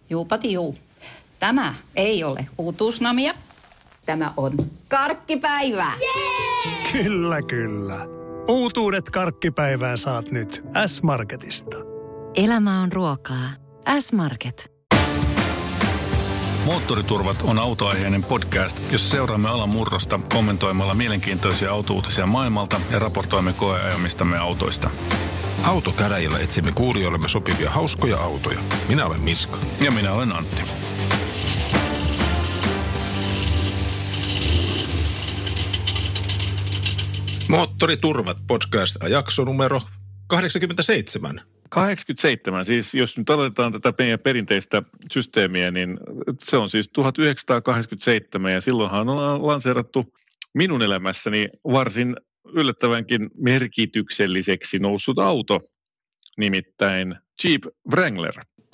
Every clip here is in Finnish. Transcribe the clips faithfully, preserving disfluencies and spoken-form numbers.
Juupati juu. Tämä ei ole uutuusnamia. Tämä on karkkipäivää. Jee! Kyllä, kyllä. Uutuudet karkkipäivää saat nyt S-Marketista. Elämä on ruokaa. S-Market. Moottoriturvat on autoaiheinen podcast, jossa seuraamme alan murrosta kommentoimalla mielenkiintoisia autouutisia maailmalta ja raportoimme koeajamistamme autoista. Autokäräjillä etsimme kuulijoillemme sopivia hauskoja autoja. Minä olen Miska. Ja minä olen Antti. Moottoriturvat podcast jakso numero kahdeksankymmentäseitsemän. kahdeksankymmentäseitsemän, siis jos nyt aloitetaan tätä meidän perinteistä systeemiä, niin se on siis tuhatyhdeksänsataakahdeksankymmentäseitsemän ja silloinhan on lanseerattu minun elämässäni varsin yllättävänkin merkitykselliseksi noussut auto, nimittäin Jeep Wrangler.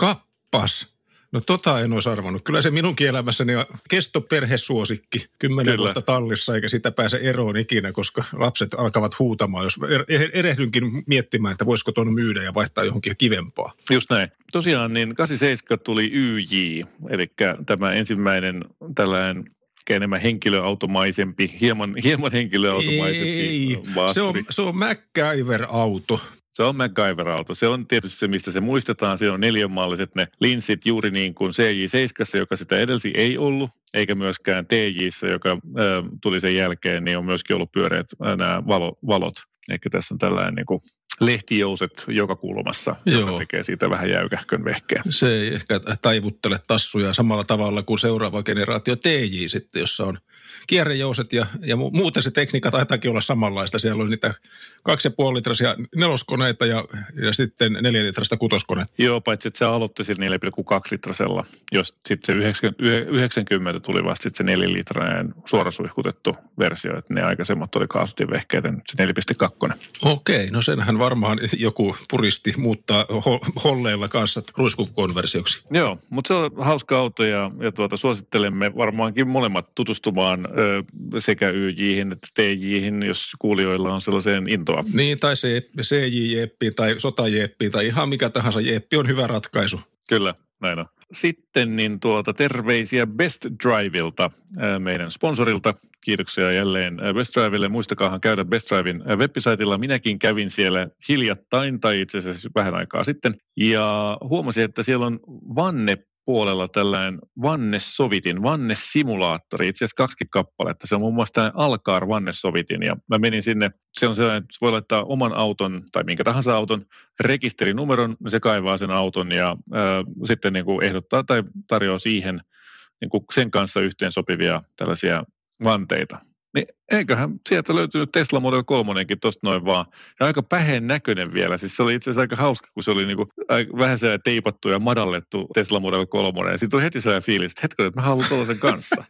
Kappas. No tota en olisi arvannut. Kyllä se minunkin elämässäni on kestoperhesuosikki kymmenen Kyllä. vuotta tallissa, eikä sitä pääse eroon ikinä, koska lapset alkavat huutamaan, jos erehdynkin miettimään, että voisiko tuon myydä ja vaihtaa johonkin kivempaa. Just näin. Tosiaan niin kahdeksankymmentäseitsemän tuli Y J, eli tämä ensimmäinen tällainen enemmän henkilöautomaisempi, hieman, hieman henkilöautomaisempi Ei, vaasturi. se on, se on MacGyver-auto. Se on MacGyver-auto. Se on tietysti se, mistä se muistetaan. Siinä on neljänmaalliset ne linssit juuri niin kuin C J seitsemän, joka sitä edelsi ei ollut, eikä myöskään T J:ssä, joka ä, tuli sen jälkeen, niin on myöskin ollut pyöreät ä, nämä valo, valot. Eli tässä on tällainen niin kuin lehtijouset joka kulmassa, Joo. joka tekee siitä vähän jäykähkön vehkeä. Se ei ehkä taivuttele tassuja samalla tavalla kuin seuraava generaatio T J sitten, jossa on kierrejouset ja, ja muuten se tekniikka taitaakin olla samanlaista. Siellä on niitä kaksi ja puoli litraisia neloskoneita ja, ja sitten neljä litrasta kutoskoneita. Joo, paitsi että se aloitti sillä neljä pilkku kaksi litrasella, jos sitten se yhdeksänkymmentä tuli vasta sitten se neljä litrainen suorasuihkutettu versio, että ne aikaisemmat oli kaasutinvehkeitä, nyt se neljä pilkku kaksi. Okei, no senhän varmaan joku puristi muuttaa ho- holleilla kanssa ruiskukonversioksi. Joo, mutta se on hauska auto ja, ja tuota, suosittelemme varmaankin molemmat tutustumaan ö, sekä Y J:hin että T J:hin, jos kuulijoilla on sellaiseen intoa. Niin, tai C J-jeppiin tai sotajeppiin tai ihan mikä tahansa jeppi on hyvä ratkaisu. Kyllä, näin on. Sitten niin tuota, terveisiä Best Driveilta, meidän sponsorilta. Kiitoksia jälleen Best Drivelle. Muistakaahan käydä Best Driven web-saitilla. Minäkin kävin siellä hiljattain tai itse asiassa vähän aikaa sitten. Ja huomasin, että siellä on vanne puolella tällainen vannesovitin, vannesimulaattori, itse asiassa kaksikin kappaletta. Se on muun muassa tämä Alcar vannesovitin ja mä menin sinne, se on sellainen, että voi laittaa oman auton tai minkä tahansa auton rekisterinumeron, se kaivaa sen auton ja ää, sitten niin kuin ehdottaa tai tarjoaa siihen niin kuin sen kanssa yhteensopivia tällaisia vanteita. Niin eiköhän sieltä löytynyt Tesla Model kolmonenkin tosta noin vaan. Ja aika päheen näköinen vielä. Siis se oli itse asiassa aika hauska, kun se oli niinku vähän sellainen teipattu ja madallettu Tesla Model kolme. Ja siitä oli heti sellainen fiilis, että hetkinen, että mä haluan tuollaisen kanssa.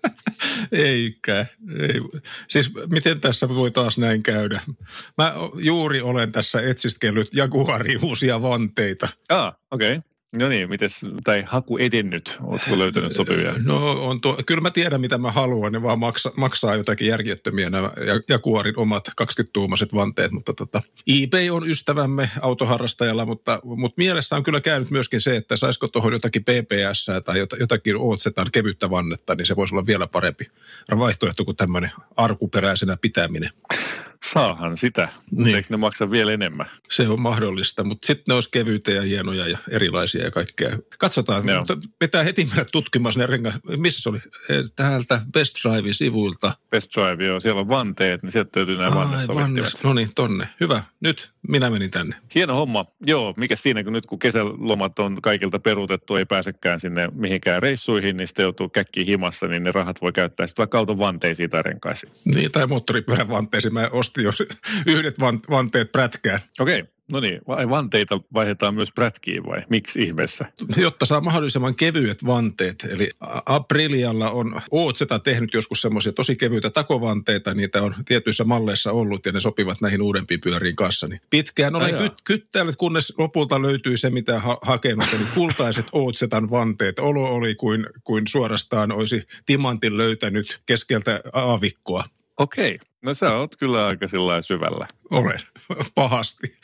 Eikä. Ei. Siis miten tässä voi taas näin käydä? Mä juuri olen tässä etsiskellyt Jaguarin uusia vanteita. Ah, okei. Okay. No niin, mites, tai haku edennyt, ootko löytänyt sopivia? No on tuo, kyllä mä tiedän mitä mä haluan, ne vaan maksa, maksaa jotakin järjettömiä nämä Jaguarin omat kaksikymmentätuumaiset vanteet, mutta tota, eBay on ystävämme autoharrastajalla, mutta, mutta mielessä on kyllä käynyt myöskin se, että saisiko tuohon jotakin P P S tai jotakin Ootsetan kevyttä vannetta, niin se voisi olla vielä parempi vaihtoehto kuin tämmöinen arkuperäisenä pitäminen. Saahan sitä, niin. Eikö ne maksa vielä enemmän? Se on mahdollista, mutta sitten ne olisi kevyitä ja hienoja ja erilaisia ja kaikkea. Katsotaan, Joo. mutta pitää heti mennä tutkimaan sinne rengas. Missä se oli? Täältä Best Drive sivuilta. Best Drive, joo. Siellä on vanteet, niin sieltä löytyy nämä vannesovittimet. No niin, tonne. Hyvä. Nyt minä menin tänne. Hieno homma. Joo, mikä siinä, kun nyt kun kesälomat on kaikilta peruutettu, ei pääsekään sinne mihinkään reissuihin, niin sitten joutuu käkkiin himassa, niin ne rahat voi käyttää sitten vaikka auton vanteisiin tai renkaisiin. Niin, tai moottoripyörän vanteisiin. Mä ostin jo yhdet vanteet prätkään. Okei. Okay. No niin, vanteita vaihdetaan myös prätkiin vai miksi ihmeessä? Jotta saa mahdollisimman kevyet vanteet. Eli Aprilialla on Ootseta tehnyt joskus semmoisia tosi kevyitä takovanteita. Niitä on tietyissä malleissa ollut ja ne sopivat näihin uudempiin pyöriin kanssa. Niin pitkään olen ky- kyttäillyt, kunnes lopulta löytyy se, mitä ha- hakenut. Eli kultaiset Ootsetan vanteet. Olo oli kuin, kuin suorastaan olisi timantin löytänyt keskeltä aavikkoa. Okei, no sä oot kyllä aika sillä syvällä. Olen, pahasti.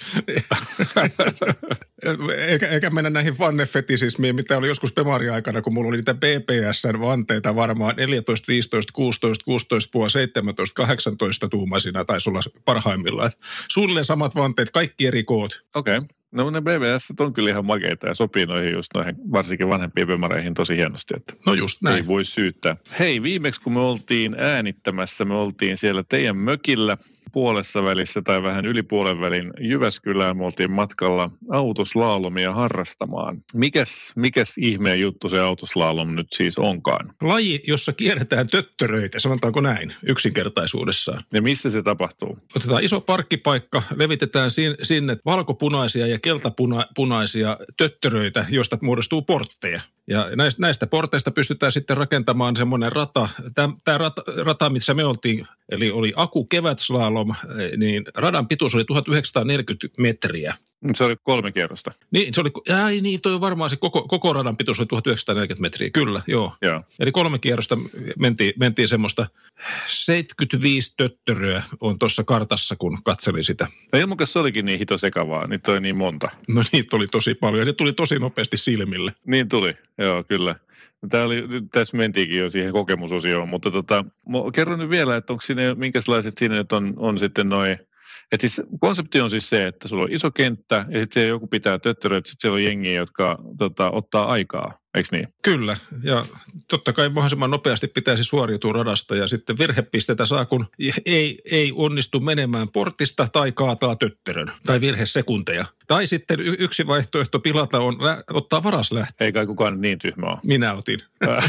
eikä, eikä mennä näihin fannefetisismiin, mitä oli joskus Pemari-aikana, kun mulla oli niitä B P S-vanteita varmaan neljätoista, viisitoista, kuusitoista, kuusitoista puoli seitsemäntoista, kahdeksantoista tuumaisina taisi olla parhaimmillaan. Suunnilleen samat vanteet, kaikki eri koot. Okei. Okay. No ne B B S on kyllä ihan makeita ja sopii noihin just noihin varsinkin vanhempiin Pemareihin tosi hienosti. Että no just näin. Ei voi syyttää. Hei, viimeksi kun me oltiin äänittämässä, me oltiin siellä teidän mökillä puolessa välissä tai vähän yli puolen välin Jyväskylään. Me oltiin matkalla autoslalomia harrastamaan. Mikäs, mikäs ihmeen juttu se autoslalom nyt siis onkaan? Laji, jossa kierretään töttöröitä, sanotaanko näin, yksinkertaisuudessaan. Ja missä se tapahtuu? Otetaan iso parkkipaikka, levitetään sinne valkopunaisia ja keltapunaisia töttöröitä, joista muodostuu portteja. Ja näistä, näistä porteista pystytään sitten rakentamaan semmoinen rata. Tämä, tämä rata, rata, missä me oltiin, eli oli Aku kevätslalom, niin radan pituus oli tuhatyhdeksänsataaneljäkymmentä metriä. Se oli kolme kierrosta. Niin, se oli, ai niin, toi varmaan se koko, koko radan pituus oli tuhatyhdeksänsataaneljäkymmentä metriä, kyllä, joo. joo. Eli kolme kierrosta mentiin, mentiin semmoista seitsemänkymmentäviisi töttöröä on tuossa kartassa, kun katselin sitä. No ilman, se olikin niin hito sekavaa, niitä oli niin monta. No niitä oli tosi paljon ja ne tuli tosi nopeasti silmille. Niin tuli, joo, kyllä. Tämä oli, tässä mentiinkin jo siihen kokemusosioon, mutta tota, kerron nyt vielä, että onko siinä, minkälaiset siinä nyt on, on sitten noin. Että siis konsepti on siis se, että sulla on iso kenttä ja sitten siellä joku pitää töttöröä, että sitten siellä on jengiä, jotka tota, ottaa aikaa, eikö niin? Kyllä, ja totta kai mahdollisimman nopeasti pitäisi suoriutua radasta ja sitten virhepisteitä saa, kun ei, ei onnistu menemään portista tai kaataa töttörön tai virhesekunteja. Tai sitten y- yksi vaihtoehto pilata on lä- ottaa varaslähtö. Ei kai kukaan niin tyhmä ole. Minä otin.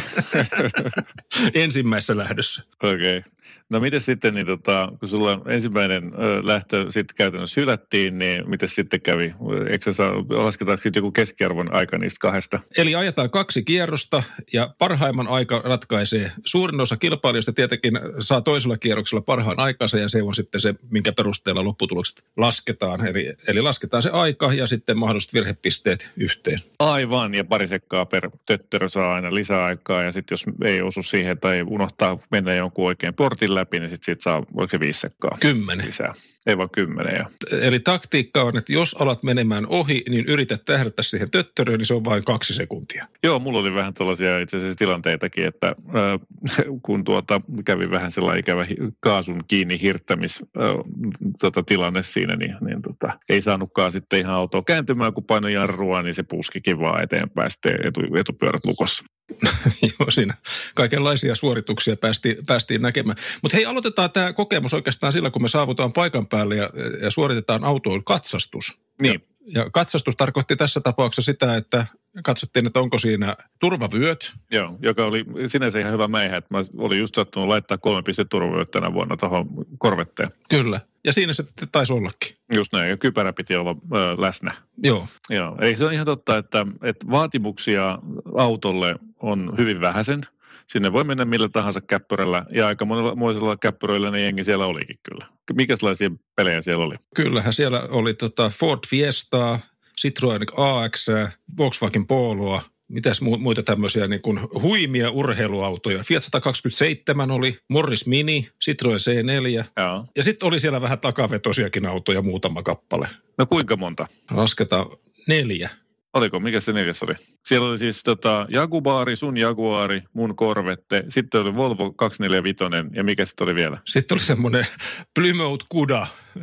Ensimmäisessä lähdössä. Okei. Okay. No miten sitten, niin tota, kun sulla ensimmäinen ö, lähtö sitten käytännössä hylättiin, niin miten sitten kävi? Eikö sä saa, lasketaanko sitten joku keskiarvon aika niistä kahdesta? Eli ajetaan kaksi kierrosta ja parhaimman aika ratkaisee. Suurin osa kilpailijoista tietenkin saa toisella kierroksella parhaan aikansa ja se on sitten se, minkä perusteella lopputulokset lasketaan. Eli, eli lasketaan se aika ja sitten mahdolliset virhepisteet yhteen. Aivan, ja pari sekkaa per töttörö saa aina lisäaikaa ja sitten jos ei osu siihen tai unohtaa mennä jonkun oikein portin läpi, niin sitten siitä saa, voiko se viisi sekkaa? Kymmenen. Lisää. Ei vaan kymmenen. Ja. Eli taktiikka on, että jos alat menemään ohi, niin yritä tähdätä siihen töttöröön, niin se on vain kaksi sekuntia. Joo, mulla oli vähän tällaisia itse asiassa tilanteitakin, että äh, kun tuota, kävi vähän sellainen ikävä kaasun kiinni hirttämis äh, tota, tilanne siinä, niin, niin tota, ei saanutkaan sitten ihan autoa kääntymään, kun painoi jarrua, niin se puskikin vaan eteenpäin sitten etu, etupyörät lukossa. Joo, siinä kaikenlaisia suorituksia päästiin, päästiin näkemään. Mutta hei, aloitetaan tämä kokemus oikeastaan sillä, kun me saavutaan paikan päälle ja, ja suoritetaan autoon katsastus. Niin. Ja, ja katsastus tarkoitti tässä tapauksessa sitä, että katsottiin, että onko siinä turvavyöt. Joo, joka oli sinänsä ihan hyvä mäihä, että mä olin just sattunut laittaa kolme pistettä turvavyöt tänä vuonna tuohon korvetteen. Kyllä, ja siinä se taisi ollakin. Just näin, ja kypärä piti olla ö, läsnä. Joo. Joo, eli se on ihan totta, että, että vaatimuksia autolle on hyvin vähäisen. Sinne voi mennä millä tahansa käppyrällä, ja aika monella käppyröillä ne jengi siellä olikin kyllä. Mikäslaisia pelejä siellä oli? Kyllähän siellä oli tota Ford Fiestaa, Citroën A X, Volkswagen Poloa, mitäs muita tämmöisiä niin kuin huimia urheiluautoja. Fiat sata kaksikymmentäseitsemän oli, Morris Mini, Citroën C neljä. Joo. Ja sitten oli siellä vähän takavetosiakin autoja muutama kappale. No kuinka monta? Lasketaan neljä. Oliko? Mikä se neljäs oli? Siellä oli siis tota, Jaguari, sun Jaguari, mun Corvette, sitten oli Volvo kaksisataaneljäkymmentäviisi ja mikä sitten oli vielä? Sitten oli semmoinen Plymouth Cuda.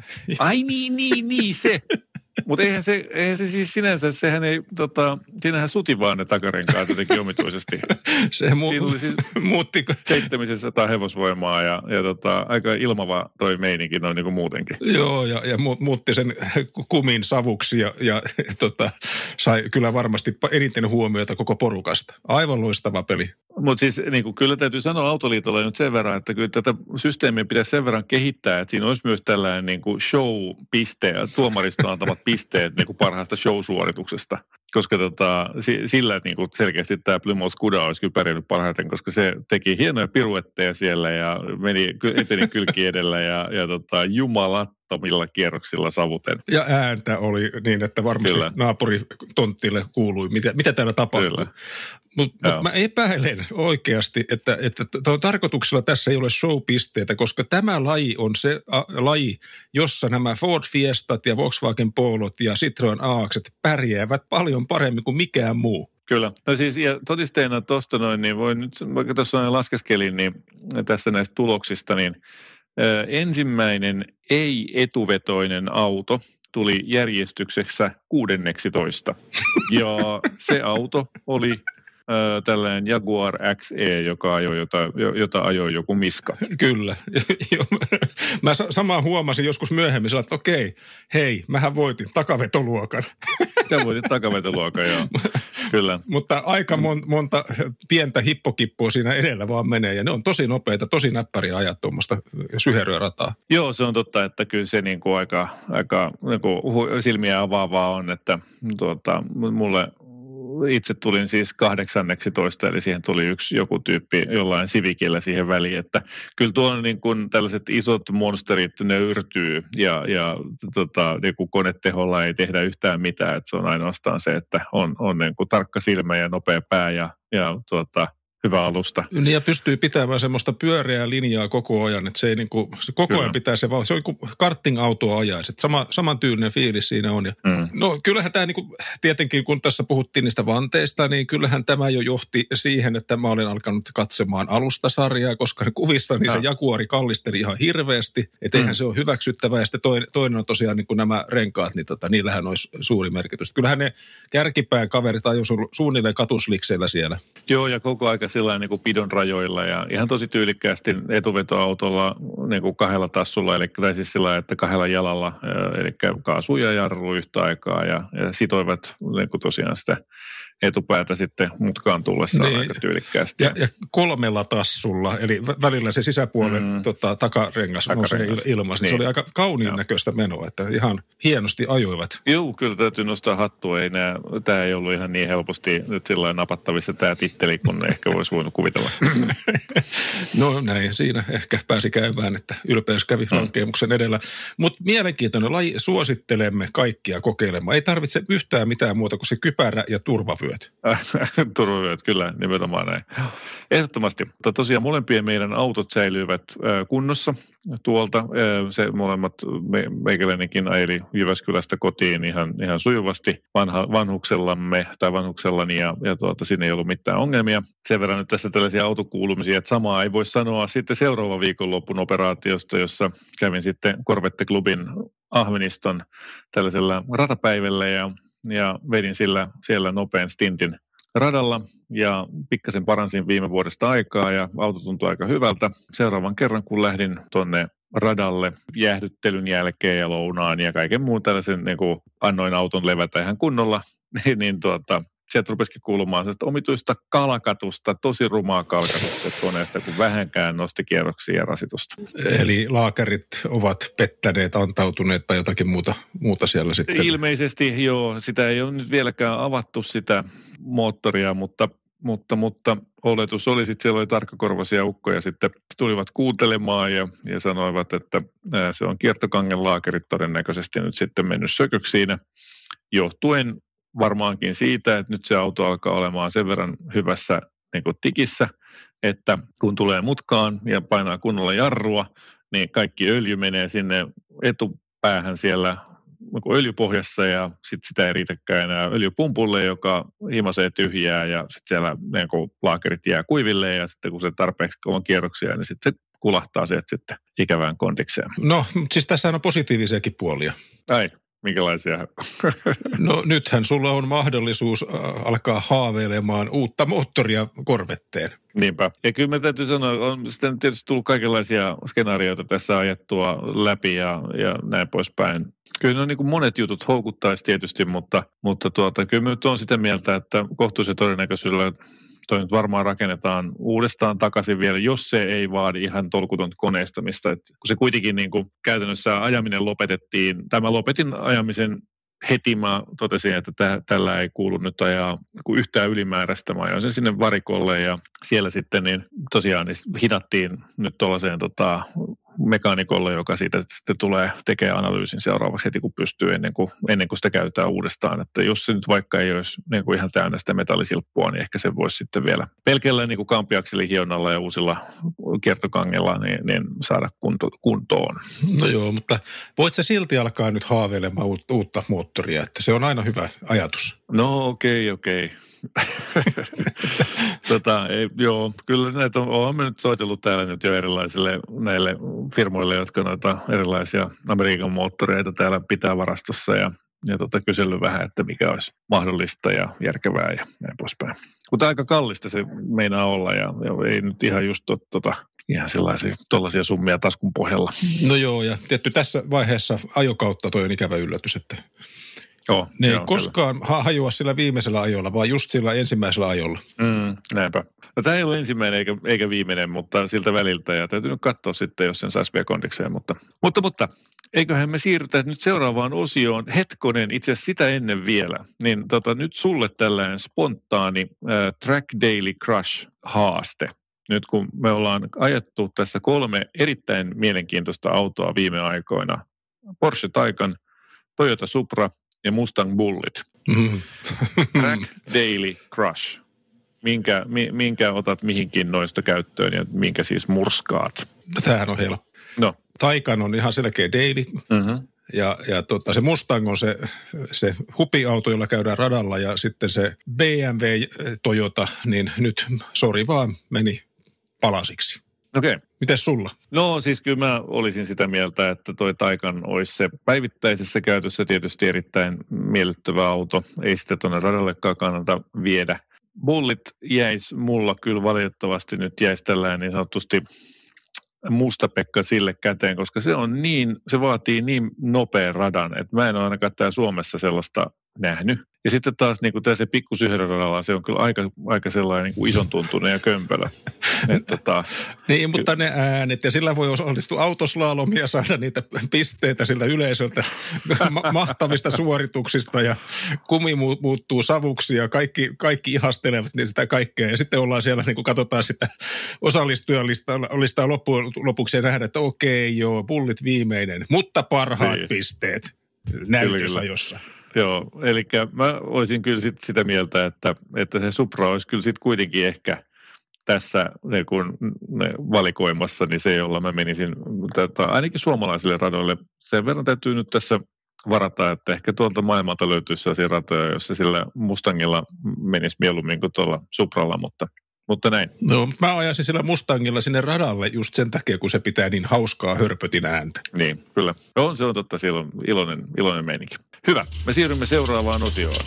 Ai niin, niin, niin se. Mutta eihän se, eihän se siis sinänsä, sehän ei, tota, siinähän suti vaan ne takarenkaat jotenkin omituisesti. Se mu- Siinä oli siis muutti. seitsemänsataaa hevosvoimaa ja, ja tota, aika ilmava toi meininki noin niin kuin muutenkin. Joo, ja, ja mu- muutti sen kumin savuksi ja, ja tota, sai kyllä varmasti eniten huomiota koko porukasta. Aivan loistava peli. Mutta siis niin kuin, kyllä täytyy sanoa Autoliitolle nyt sen verran, että kyllä tätä systeemiä pitäisi sen verran kehittää, että siinä olisi myös tällainen niin kuin show-piste, tuomariston antamat pisteet niin kuin parhaasta show-suorituksesta. Koska tota, sillä niin kuin selkeästi tämä Plymouth Cuda olisi kyllä pärjännyt parhaiten, koska se teki hienoja piruetteja siellä ja meni eteni kylki edellä ja, ja tota, jumalattoman rajattomilla kierroksilla savuten. Ja ääntä oli niin, että varmasti Kyllä. naapuritontille kuului, mitä, mitä täällä tapahtuu. Mutta mut mä epäilen oikeasti, että, että tuon tarkoituksella tässä ei ole show-pisteitä, koska tämä laji on se a, laji, jossa nämä Ford Fiestat ja Volkswagen Polot ja Citroen A X pärjäävät paljon paremmin kuin mikään muu. Kyllä. No siis ja todisteena tuosta noin, niin voin nyt, vaikka tuossa laskeskelin, niin tästä näistä tuloksista, niin ö, ensimmäinen ei-etuvetoinen auto tuli järjestyksessä kuudenneksitoista. Ja se auto oli ö, tällainen Jaguar X E, joka ajoi, jota, jota ajoi joku Miska. Kyllä. Mä samaan huomasin joskus myöhemmin, että okei, hei, mähän voitin takavetoluokan. Sä voitit takavetoluokan, joo. Kyllä. Mutta aika mon, monta pientä hippokippua siinä edellä vaan menee, ja ne on tosi nopeita, tosi näppäriä ajat tuommoista syherörataa. Joo, se on totta, että kyllä se niin kuin aika, aika niin kuin silmiä avaavaa on, että tuota, mulle itse tulin siis kahdeksanneksitoista, eli siihen tuli yksi joku tyyppi jollain Civicillä siihen väliin, että kyllä tuolla niin kuin tällaiset isot monsterit nöyrtyy ja, ja tota, niin kuin koneteholla ei tehdä yhtään mitään, että se on ainoastaan se, että on, on niin kuin tarkka silmä ja nopea pää ja, ja tuota, hyvä alusta. Niin ja pystyy pitämään semmoista pyöreää linjaa koko ajan, että se ei niin kuin, se koko Kyllä. ajan pitää se vaan, se on kuin karting-autoa ajaisi, että sama, samantyylinen fiilis siinä on. Ja, mm. No kyllähän tämä niin kuin, tietenkin kun tässä puhuttiin niistä vanteista, niin kyllähän tämä jo johti siihen, että mä olen alkanut katsomaan alustasarjaa, koska ne kuvista niin se Jaguari kallisteli ihan hirveästi, että eihän mm. se ole hyväksyttävää. Ja sitten toinen, toinen on tosiaan niin kuin nämä renkaat, niin tota, niillähän olisi suuri merkitys. Kyllähän ne kärkipään kaverit ajoi suunnilleen katuslikseillä siellä. Joo, ja koko aika sillä niin kuin pidon rajoilla ja ihan tosi tyylikkäästi etuvetoautolla niin kuin kahdella tassulla, eli tai siis sillä että kahdella jalalla, eli kaasu ja jarru yhtä aikaa ja, ja sitoivat niin kuin tosiaan sitä etupäätä sitten mutkaan tullessaan niin, aika tyylikkäästi. Ja, ja kolmella tassulla, eli välillä se sisäpuolen mm. tota, takarengas nousee ilmassa. Niin. Se oli aika kauniin Joo. näköistä menoa, että ihan hienosti ajoivat. Joo, kyllä täytyy nostaa hattua. Ei nää, tämä ei ollut ihan niin helposti nyt sillä napattavissa tämä titteli, kun ehkä voisi voinut kuvitella. No näin, siinä ehkä pääsi käymään, että ylpeys kävi mm. lankemuksen edellä. Mutta mielenkiintoinen laji, suosittelemme kaikkia kokeilemaan. Ei tarvitse yhtään mitään muuta kuin se kypärä ja turvavyöt. Turvavyöt, kyllä, nimenomaan näin. Ehdottomasti. Mutta tosiaan molempien meidän autot säilyivät kunnossa tuolta. Se molemmat me, meikäläinenkin ajeli Jyväskylästä kotiin ihan, ihan sujuvasti vanha, vanhuksellamme tai vanhuksellani ja, ja tuota, siinä ei ollut mitään ongelmia. Sen verran nyt tässä tällaisia autokuulumisia, että samaa ei voi sanoa sitten seuraavan viikonloppun operaatiosta, jossa kävin sitten Corvette-klubin Ahveniston tällaisella ratapäivällä ja ja vedin sillä, siellä nopean stintin radalla ja pikkasen paransin viime vuodesta aikaa ja auto tuntui aika hyvältä. Seuraavan kerran, kun lähdin tuonne radalle jäähdyttelyn jälkeen ja lounaan ja kaiken muun tällaisen, niin kuin annoin auton levätä ihan kunnolla, niin, niin tuota, sieltä rupesikin kuulumaan sellaista omituista kalkatusta, tosi rumaa kalkatusta koneesta, kun vähänkään nosti kierroksia ja rasitusta. Eli laakerit ovat pettäneet, antautuneet tai jotakin muuta, muuta siellä sitten? Ilmeisesti joo, sitä ei ole nyt vieläkään avattu sitä moottoria, mutta, mutta, mutta oletus oli sitten, siellä oli tarkkakorvaisia ukkoja sitten tulivat kuuntelemaan ja, ja sanoivat, että se on kiertokangen laakerit todennäköisesti nyt sitten mennyt sököksi siinä, johtuen varmaankin siitä, että nyt se auto alkaa olemaan sen verran hyvässä niin kuin tikissä, että kun tulee mutkaan ja painaa kunnolla jarrua, niin kaikki öljy menee sinne etupäähän siellä öljypohjassa ja sitten sitä ei riitäkään enää öljypumpulle, joka himasee tyhjää ja sitten siellä niin kuin laakerit jää kuiville ja sitten kun se tarpeeksi on kierroksia, niin sitten se kulahtaa sieltä sitten ikävään kondikseen. No, siis tässä on positiivisiakin puolia. Ai. Minkälaisia? No nythän sulla on mahdollisuus alkaa haaveilemaan uutta moottoria Corvetteen. Niinpä. Ja kyllä mä täytyy sanoa, on sitten tietysti tullut kaikenlaisia skenaarioita tässä ajettua läpi ja, ja näin poispäin. Kyllä no, niin kuin monet jutut houkuttaisi tietysti, mutta, mutta tuota, kyllä mä nyt olen sitä mieltä, että kohtuullisen todennäköisyydellä toi nyt varmaan rakennetaan uudestaan takaisin vielä, jos se ei vaadi ihan tolkutonta koneistamista. Et kun se kuitenkin niin kuin käytännössä ajaminen lopetettiin, tai mä lopetin ajamisen heti, mä totesin, että tä, tällä ei kuulu nyt ajaa yhtään ylimääräistä. Mä ajoin sen sinne varikolle ja siellä sitten niin tosiaan niin hidattiin nyt tuollaiseen tota, mekaanikolle, joka siitä sitten tulee tekemään analyysin seuraavaksi heti kun pystyy ennen kuin, ennen kuin sitä käytetään uudestaan. Että jos se nyt vaikka ei olisi niin kuin ihan täynnä sitä metallisilppua, niin ehkä se voisi sitten vielä pelkällä niin kuin kampiakselin hionnalla ja uusilla kiertokangella niin, niin saada kunto, kuntoon. No joo, mutta voit sä silti alkaa nyt haaveilemaan uutta moottoria, että se on aina hyvä ajatus. No okei, okay, okei. Okay. tota, ei, joo, kyllä näitä on, olen nyt soitellut täällä nyt jo erilaisille näille firmoille, jotka noita erilaisia Amerikan moottoreita täällä pitää varastossa ja, ja tota, kysellyt vähän, että mikä olisi mahdollista ja järkevää ja näin poispäin. Mutta aika kallista se meinaa olla ja, ja ei nyt ihan just tot, tota, ihan sellaisia tuollaisia summia taskun pohjalla. No joo, ja tietty tässä vaiheessa ajokautta toi on ikävä yllätys, että Joo, ne joo, ei koskaan kyllä hajua sillä viimeisellä ajolla, vaan just sillä ensimmäisellä ajolla. Mm, näinpä. No, tämä ei ole ensimmäinen eikä, eikä viimeinen, mutta siltä väliltä. Ja täytyy nyt katsoa sitten, jos sen saisi vielä kondikseen. Mutta, mutta, mutta eiköhän me siirrytä nyt seuraavaan osioon. Hetkonen, itse asiassa sitä ennen vielä. Niin tota, nyt sulle tällainen spontaani äh, Track Daily Crush-haaste. Nyt kun me ollaan ajettu tässä kolme erittäin mielenkiintoista autoa viime aikoina. Porsche Taycan, Toyota Supra ja Mustang Bullitt. Mm. Track Daily Crush. Minkä, minkä otat mihinkin noista käyttöön ja minkä siis murskaat? No, tämähän on helppo. No. Taycan on ihan selkeä daily. Mm-hmm. Ja, ja tota, se Mustang on se, se hupiauto, jolla käydään radalla. Ja sitten se B M W Toyota, niin nyt sori vaan meni palasiksi. Okei. Okay. Mites sulla? No siis kyllä mä olisin sitä mieltä, että toi Taycan olisi se päivittäisessä käytössä tietysti erittäin miellyttävä auto. Ei sitä tuonne radallekaan kannata viedä. Bullitt jäisi mulla kyllä valitettavasti nyt jäisi tällainen niin sanotusti mustapekka sille käteen, koska se on niin, se vaatii niin nopean radan, että mä en ole ainakaan täällä Suomessa sellaista nähnyt. Ja sitten taas niin kuin tässä pikkusyhderadalla se on kyllä aika, aika sellainen niin kuin ison tuntunen ja kömpelö. Et, tota, niin, mutta ne äänet ja sillä voi osallistua autoslalomia ja saada niitä pisteitä siltä yleisöltä ma- mahtavista suorituksista ja kumi muuttuu savuksi ja kaikki, kaikki ihastelevat niin sitä kaikkea. Ja sitten ollaan siellä, niin kuin katsotaan sitä osallistujalistaa loppujen lopuksi ja nähdään, että okei joo, Bullitt viimeinen, mutta parhaat niin. pisteet näytösajossa. Joo, eli mä olisin kyllä sit sitä mieltä, että, että se Supra olisi kyllä sitten kuitenkin ehkä tässä niin kun, ne valikoimassa, niin se, jolla mä menisin tätä, ainakin suomalaisille radoille. Sen verran täytyy nyt tässä varata, että ehkä tuolta maailmalta löytyisi sellaisia ratoja, joissa sillä Mustangilla menisi mieluummin kuin tuolla Supralla, mutta, mutta näin. No, mä ajaisin sillä Mustangilla sinne radalle just sen takia, kun se pitää niin hauskaa hörpötin ääntä. Niin, kyllä. Joo, se on totta, siellä on iloinen, iloinen meininki. Hyvä, me siirrymme seuraavaan osioon.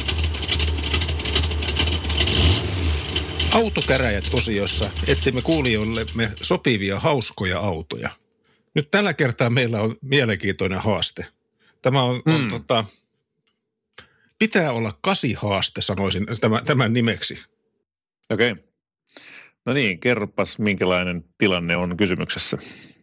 Autokäräjät-osiossa etsimme kuulijoillemme sopivia hauskoja autoja. Nyt tällä kertaa meillä on mielenkiintoinen haaste. Tämä on, mm. on tota, pitää olla kasihaaste, sanoisin tämän, tämän nimeksi. Okei. Okay. No niin, kerropas minkälainen tilanne on kysymyksessä.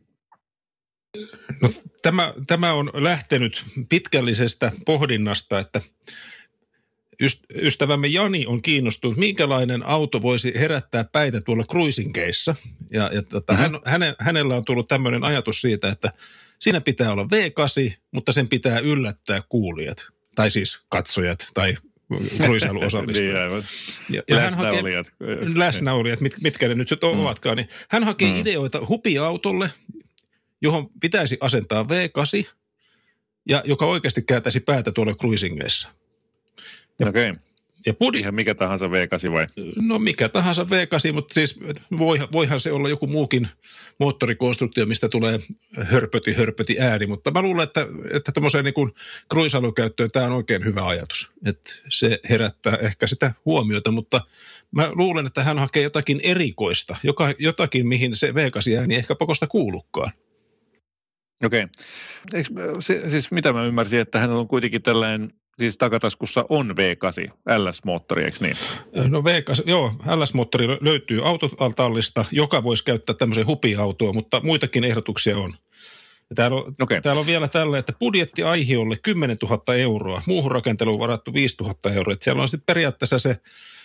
No, tämä, tämä on lähtenyt pitkällisestä pohdinnasta, että ystävämme Jani on kiinnostunut, minkälainen auto voisi herättää päitä tuolla cruisingeissa. Ja, ja tota, mm-hmm. hän, häne, hänellä on tullut tämmöinen ajatus siitä, että siinä pitää olla V kahdeksan, mutta sen pitää yllättää kuulijat, tai siis katsojat, tai cruisailuosallistujat. niin, ja, ja läsnäolijat. Hakee, läsnäolijat, mit, mitkä ne nyt sitten mm. ovatkaan. Niin hän hakee mm. ideoita hupiautolle, johon pitäisi asentaa V kahdeksan, ja joka oikeasti kääntäisi päätä tuolla cruisingeissa. Okei. Okay. Ja budi- Ihan mikä tahansa V kahdeksan vai? No mikä tahansa V kahdeksan, mutta siis voihan se olla joku muukin moottorikonstruktio, mistä tulee hörpöti, hörpöti ääni. Mutta mä luulen, että, että tämmöiseen niin kuin cruisailukäyttöön tämä on oikein hyvä ajatus. Että se herättää ehkä sitä huomiota, mutta mä luulen, että hän hakee jotakin erikoista, joka, jotakin mihin se V kahdeksan ääni ehkä pakosta kuulukaan. Okei. Okay. Siis mitä mä ymmärsin, että hän on kuitenkin tällainen, siis takataskussa on V kahdeksan L S-moottori, eikö niin? No V kahdeksan, joo, L S-moottori löytyy autotallista, joka voisi käyttää tämmöisen hupiautoa, mutta muitakin ehdotuksia on. Ja täällä, on okay. täällä on vielä tällä, että budjetti aihiolle kymmenen tuhatta euroa, muuhun rakenteluun varattu viisi tuhatta euroa. Että siellä on sitten periaatteessa se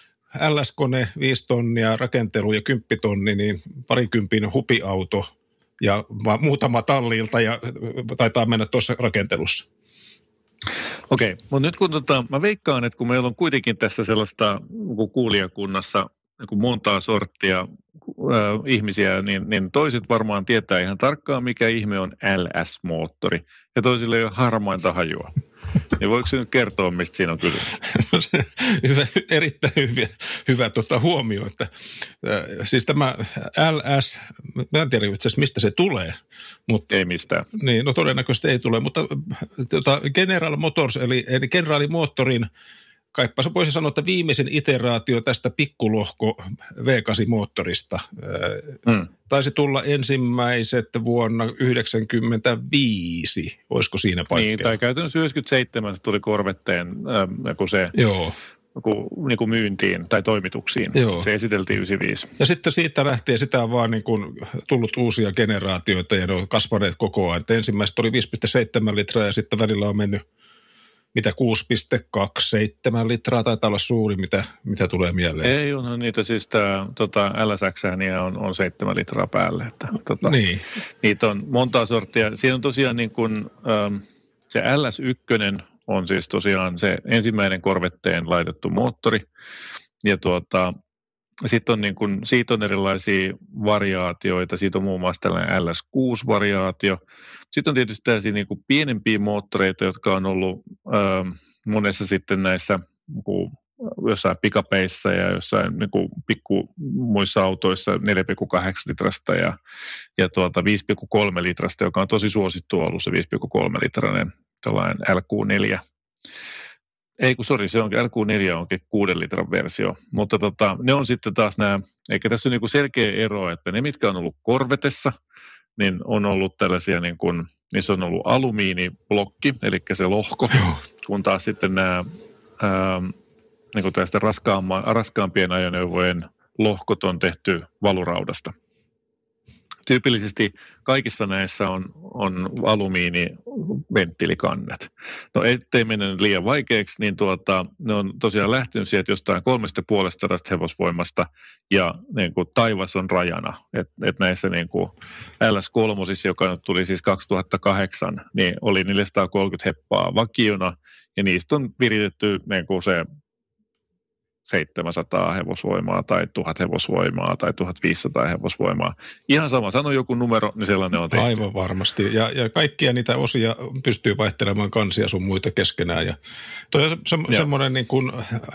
L S-kone viisi tonnia, rakentelu ja kymppi tonni, niin parikympin hupiauto ja muutama tallilta ja taitaa mennä tuossa rakentelussa. Okei, okay, mutta nyt kun tota, mä veikkaan, että kun meillä on kuitenkin tässä sellaista kuulijakunnassa niin montaa sorttia äh, ihmisiä, niin, niin toiset varmaan tietää ihan tarkkaan, mikä ihme on L S-moottori, ja toisille ei ole harmainta hajua. Niin voiko se nyt kertoa, mistä siinä on kysymys? No se, hyvä, erittäin hyvä, hyvä tuota huomio, että äh, siis tämä L S, mä en tiedä itse asiassa mistä se tulee. Mutta, ei mistään. Niin, no todennäköisesti ei tule, mutta tuota, General Motors, eli, eli General Motorin, kaipa se voisi sanoa, että viimeisin iteraatio tästä pikkulohko V kahdeksan moottorista mm. taisi tulla ensimmäiset vuonna yhdeksänkymmentäviisi, olisiko siinä paikkeilla? Niin, tai käytännössä yhdeksänkymmentäseitsemän se tuli Corvetteen, äh, kun se Joo. Kun, niin kuin myyntiin tai toimituksiin. Joo. Se esiteltiin yhdeksänkymmentäviisi. Ja sitten siitä lähtien sitä on vaan niin kuin tullut uusia generaatioita ja ne on kasvaneet koko ajan. Että ensimmäiset oli viisi pilkku seitsemän litraa ja sitten välillä on mennyt mitä kuusi pilkku kaksikymmentäseitsemän litraa taitaa olla suuri, mitä, mitä tulee mieleen. Ei, onhan niitä siis tämä tota, L S X on, on seitsemän litraa päälle. Että, tota, niin. Niitä on montaa sorttia. Siinä on tosiaan niin kuin, ähm, se L S yksi on siis tosiaan se ensimmäinen Corvetteen laitettu moottori. Ja tuota, sitten on niin kuin, siitä on erilaisia variaatioita. Siitä on muun muassa tällainen L S kuusi -variaatio. Sitten on tietysti tällaisia niin kuin pienempiä moottoreita, jotka on ollut äh, monessa sitten näissä niin jossain pikapeissa ja jossain niin kuin pikku muissa autoissa neljä pilkku kahdeksan litrasta ja, ja tuota viisi pilkku kolme litrasta, joka on tosi suosittu ollut se viisi pilkku kolme litrainen tällainen L Q neljä. Ei kun sori, se onkin L Q neljä onkin kuuden litran versio, mutta tota, ne on sitten taas nämä, eikä tässä ole niin kuin selkeä ero, että ne mitkä on ollut Corvetessa, niin on ollut tällaisia, niin kuin, niissä on ollut alumiiniblokki, eli se lohko, kun taas sitten nämä ää, niin kuin tästä raskaampien ajoneuvojen lohkot on tehty valuraudasta. Tyypillisesti kaikissa näissä on, on alumiiniventtiilikannet. No ettei mennä liian vaikeaksi, niin tuota, ne on tosiaan lähtenyt sieltä jostain kolmesta puolesta sadasta hevosvoimasta ja niin kuin taivas on rajana. Et, et näissä niin kuin L S kolme, joka nyt tuli siis kaksituhattakahdeksan, niin oli neljäsataakolmekymmentä heppaa vakiona ja niistä on viritetty niin kuin se seitsemänsataa hevosvoimaa tai tuhat hevosvoimaa tai tuhatviisisataa hevosvoimaa. Ihan sama, sano joku numero, niin sellainen on tehty. Aivan varmasti. Ja, ja kaikkia niitä osia pystyy vaihtelemaan kansia sun muita keskenään. Ja toi on se, semmoinen niin kuin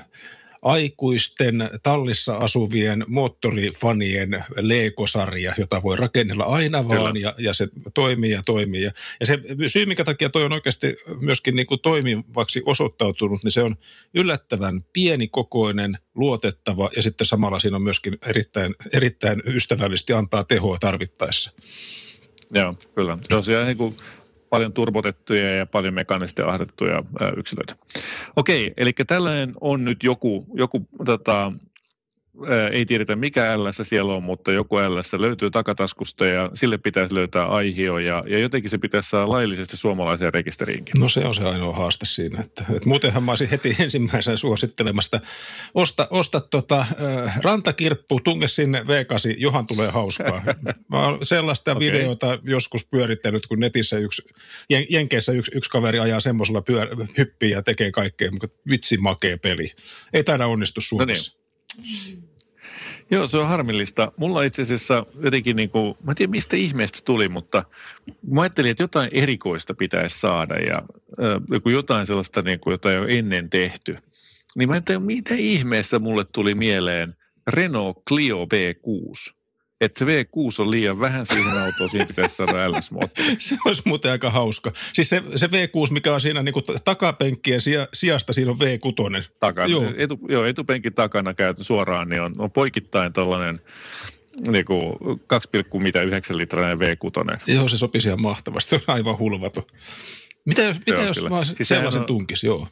aikuisten tallissa asuvien moottorifanien Lego-sarja, jota voi rakennella aina vaan ja, ja se toimii ja toimii. Ja, ja se syy, minkä takia toi on oikeasti myöskin niin kuin toimivaksi osoittautunut, niin se on yllättävän pienikokoinen, luotettava ja sitten samalla siinä on myöskin erittäin, erittäin ystävällisesti antaa tehoa tarvittaessa. Joo, kyllä. Tosiaan niin kuin paljon turbotettuja ja paljon mekaanisesti ahdettuja ää, yksilöitä. Okei, eli tällainen on nyt joku, joku tota, ää, ei tiedetä mikä L S siellä on, mutta joku L S löytyy takataskusta ja sille pitäisi löytää aihio ja, ja jotenkin se pitäisi saada laillisesti suomalaiseen rekisteriinkin. No se on se ainoa haaste siinä, että, että muutenhan mä olisin heti ensimmäisenä suosittelemasta. Osta, osta tota, äh, rantakirppu, tunge sinne V kahdeksan, johan tulee hauskaa. Mä oon sellaista okay. videota joskus pyörittänyt, kun netissä yksi, jen, Jenkeissä yksi, yksi kaveri ajaa semmoisella pyör, hyppiä ja tekee kaikkea, mutta vitsi makea peli. Ei taida onnistu Suomessa. No niin. Joo, se on harmillista. Mulla itse asiassa jotenkin, niin kuin, mä en tiedä mistä ihmeestä tuli, mutta mä ajattelin, että jotain erikoista pitäisi saada ja äh, jotain sellaista, niin kuin, jota ei ole ennen tehty. Niin mä en tiedä, mitä ihmeessä mulle tuli mieleen Renault Clio V kuusi. Että se V kuusi on liian vähän siihen autoon, siihen pitäisi saada L S-moottori. Se olisi muuten aika hauska. Siis se, se V kuusi, mikä on siinä niin kuin takapenkkien sijasta, siinä on V kuusi. Takana, joo. Etu, joo, etupenkin takana käyty suoraan, niin on, on poikittain tuollainen niin kuin kaksi pilkku yhdeksän litrainen V kuusi. Joo, se sopisi ihan mahtavasti. Se on aivan hulvaton. Mitä jos, mitä jos vaan siis sellaisen on tunkisi, joo.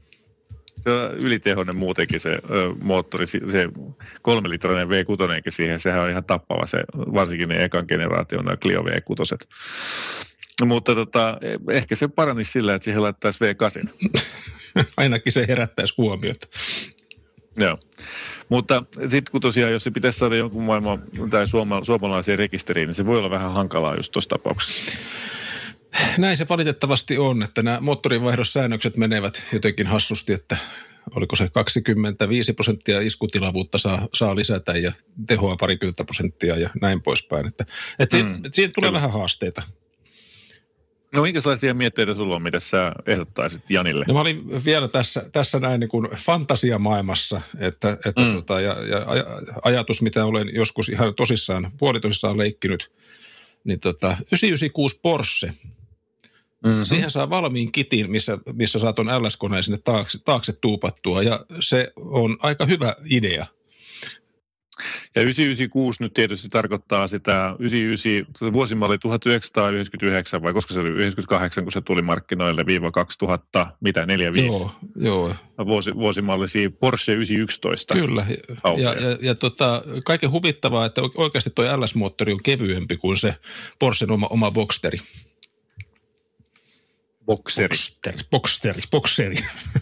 Se on ylitehoinen muutenkin se ö, moottori, se kolmelitrainen V kuusi siihen, sehän on ihan tappava se, varsinkin ne ekan generaation nämä Clio V kuusi. Mutta tota, ehkä se paranisi sillä, että siihen laittaisi V kahdeksan. Ainakin se herättäisi huomiota. Joo, mutta sitten kun tosiaan, jos se pitäisi saada jonkun maailman tai suoma, suomalaiseen rekisteriin, niin se voi olla vähän hankalaa just tuossa tapauksessa. Näin se valitettavasti on, että nämä moottorivaihdossäännökset menevät jotenkin hassusti, että oliko se kaksikymmentäviisi prosenttia iskutilavuutta saa, saa lisätä ja tehoa parikymmentä prosenttia ja näin poispäin. Että, että mm, siitä, siitä tulee kyllä vähän haasteita. No minkälaisia mietteitä sulla on, mitä sä ehdottaisit Janille? No mä olin vielä tässä, tässä näin niin kuin fantasiamaailmassa, että, että mm. tota, ja, ja ajatus, mitä olen joskus ihan tosissaan, puolitosissaan leikkinyt, niin tota, yhdeksänsataayhdeksänkymmentäkuusi Porsche. Mm-hmm. Siihen saa valmiin kitin, missä, missä saat on L S-koneen sinne taakse, taakse tuupattua, ja se on aika hyvä idea. Ja yhdeksänsataayhdeksänkymmentäkuusi nyt tietysti tarkoittaa sitä yhdeksänkymmentäyhdeksän, vuosimalli tuhatyhdeksänsataayhdeksänkymmentäyhdeksän vai koska se oli yhdeksänkymmentäkahdeksan, kun se tuli markkinoille viiva kaksituhatta, mitä, neljä viisi? Joo, joo. Vuosi, vuosimallisia Porsche yhdeksänsataayksitoista. Kyllä, ja, ja, ja tota, kaiken huvittavaa, että oikeasti tuo L S-moottori on kevyempi kuin se Porschen oma, oma Boxsteri. Boxeri. Boxsteri, Boxsteri, Boxeri.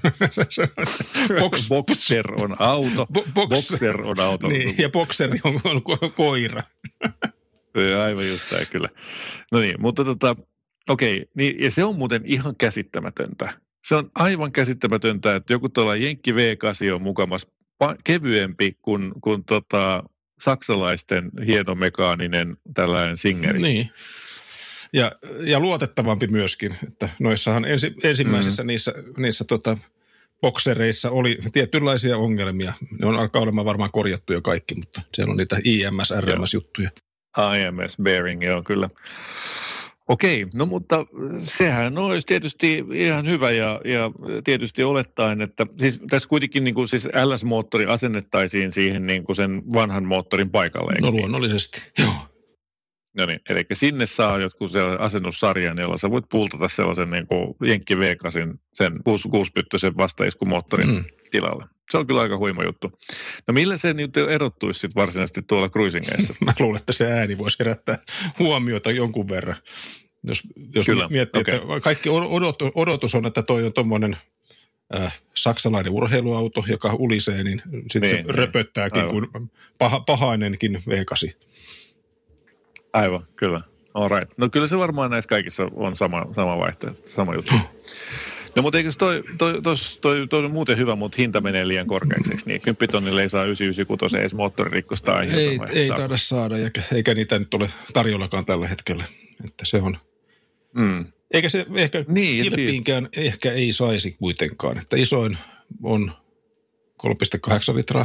Box, Boxer on auto, Bo- box, Boxer on auto. Niin, ja Boxeri on, on ko- koira. Aivan just tämä kyllä. No niin, mutta tota, okei, niin, ja se on muuten ihan käsittämätöntä. Se on aivan käsittämätöntä, että joku tuolla Jenkki V kahdeksan on mukamas pa- kevyempi kuin, kuin tota, saksalaisten hienomekaaninen tällainen Singeri. Niin. Ja, ja luotettavampi myöskin, että noissahan ensi, ensimmäisissä mm. niissä, niissä tota, boksereissa oli tietynlaisia ongelmia. Ne on alkaa olemaan varmaan korjattu jo kaikki, mutta siellä on niitä I M S, R M S-juttuja. I M S bearing, joo kyllä. Okei, no mutta sehän olisi tietysti ihan hyvä ja, ja tietysti olettaen, että siis tässä kuitenkin niin kuin, siis L S-moottori asennettaisiin siihen niin kuin sen vanhan moottorin paikalle. No luonnollisesti, joo. No niin, eli sinne saa jotkut sellaisen asennussarjan, jolla sä voit pultata sellaisen niin kuin Jenkki V kahdeksan, sen kuuspyttöisen vastaiskumoottorin mm. tilalle. Se on kyllä aika huima juttu. No millä se nyt erottuisi sitten varsinaisesti tuolla cruisingeissa? Mä luulen, että se ääni voisi herättää huomiota jonkun verran. Jos, jos kyllä, miettii, okay. Että kaikki odotus, odotus on, että toi on tommoinen äh, saksalainen urheiluauto, joka ulisee, niin sitten niin, se röpöttääkin kuin paha, pahainenkin V kahdeksan. Aivan, kyllä. All right. No kyllä se varmaan näissä kaikissa on sama, sama vaihtoehto, sama juttu. No mutta eikö toi, toi, toi, toi, toi on muuten hyvä, mutta hinta menee liian korkeaksi, niin kymmenen tonnille ei saa yhdeksänsataayhdeksänkymmentäkuusi edes moottoririkkosta aiheuttamaan. Ei, ei taida saada, eikä, eikä niitä nyt ole tarjollakaan tällä hetkellä, että se on. Mm. Eikä se ehkä niin, kilpiinkään ehkä ei saisi kuitenkaan, että isoin on kolme pilkku kahdeksan litraa.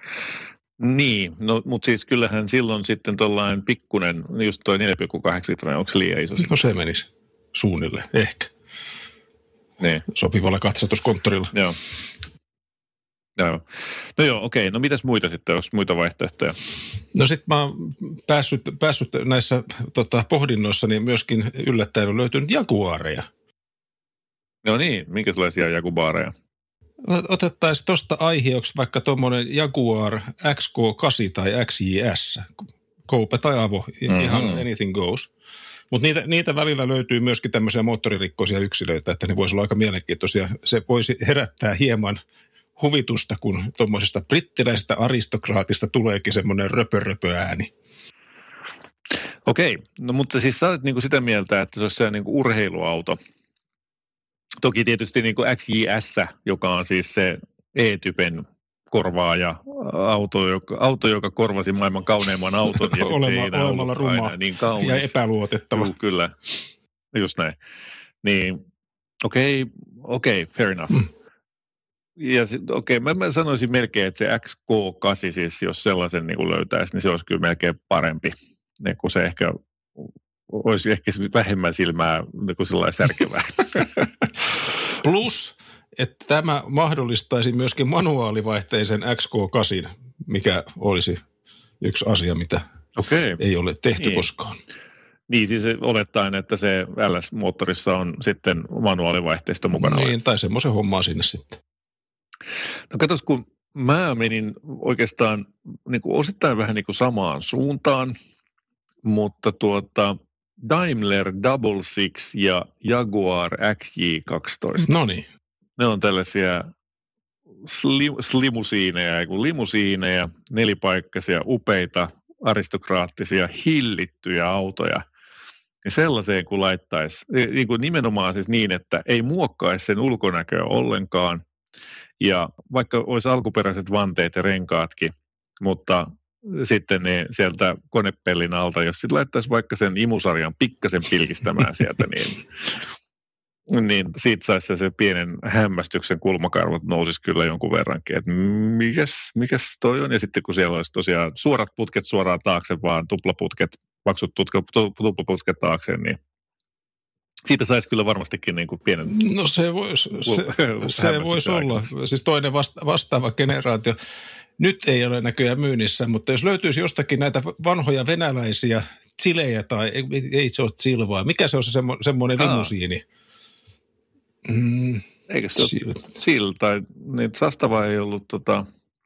Niin, no, mutta siis kyllähän silloin sitten tuollainen pikkunen, just toi neljä pilkku kahdeksan litraa, onko se liian iso? No se menisi suunnilleen, ehkä. Niin. Sopivalla katsastuskonttorilla. Joo. Joo. No joo, okei. No mitäs muita sitten, onko muita vaihtoehtoja? No sitten mä oon päässyt, päässyt näissä tota, pohdinnoissa, niin myöskin yllättäen on löytynyt Jaguareja. No niin, minkälaisia Jaguareja? Otettaisiin tuosta aiheeksi vaikka tuommoinen Jaguar X K kahdeksan tai X J S, koupe tai avo, mm-hmm. ihan anything goes. Mutta niitä, niitä välillä löytyy myöskin tämmöisiä moottoririkkoisia yksilöitä, että ne voisi olla aika mielenkiintoisia. Se voisi herättää hieman huvitusta, kun tuommoisesta brittiläisestä aristokraatista tuleekin semmoinen röpö-röpö-ääni. Okei, no mutta siis sä olet niinku sitä mieltä, että se olisi se niinku urheiluauto. Toki tietysti niinku X J S, joka on siis se E-typen korvaaja auto, joka, auto, joka korvasi maailman kauneimman auton. Ja Olema, se ei olemalla ruma niin ja epäluotettava. Juh, kyllä, just näin. Niin, okei, okay, okei, okay, fair enough. Mm. Ja okei, okay, mä, mä sanoisin melkein, että se X K kahdeksan, siis jos sellaisen niin kuin löytäisi, niin se olisi kyllä melkein parempi. Niin kuin se ehkä olisi ehkä vähemmän silmää niin kuin sellainen särkevää. Plus, että tämä mahdollistaisi myöskin manuaalivaihteisen X K kahdeksan, mikä olisi yksi asia, mitä okay. ei ole tehty niin. koskaan. Niin, siis olettaen, että se L S-moottorissa on sitten manuaalivaihteisto mukana. Niin, tai semmoisen hommaa sinne sitten. No katos, kun mä menin oikeastaan niin kuin osittain vähän niin kuin samaan suuntaan, mutta tuota Daimler Double Six ja Jaguar X J kaksitoista. No niin. Ne on tällaisia sli, slimusiineja, kun limusiineja, nelipaikkaisia, upeita, aristokraattisia, hillittyjä autoja. Ja sellaiseen kun laittaisi, niin kuin nimenomaan siis niin, että ei muokkaisi sen ulkonäköä ollenkaan. Ja vaikka olisi alkuperäiset vanteet ja renkaatkin, mutta sitten ne sieltä konepellin alta, jos sitten laittaisi vaikka sen imusarjan pikkasen pilkistämään sieltä, niin, niin siitä saisi se pienen hämmästyksen kulmakarvot nousisi kyllä jonkun verrankin, että mikäs, mikäs toi on. Ja sitten kun siellä olisi tosiaan suorat putket suoraan taakse, vaan tuplaputket, paksut tuplaputket taakse, niin siitä saisi kyllä varmastikin niin kuin pienen... No se voisi se, se vois olla. Siis toinen vasta, vastaava generaatio. Nyt ei ole näköjään myynnissä, mutta jos löytyisi jostakin näitä vanhoja venäläisiä chilejä tai ei, ei se ole chilvaa. Mikä se on se semmo, semmoinen limusiini? Mm, Eikö se ole chill tai niin Zastava ei ollut tota...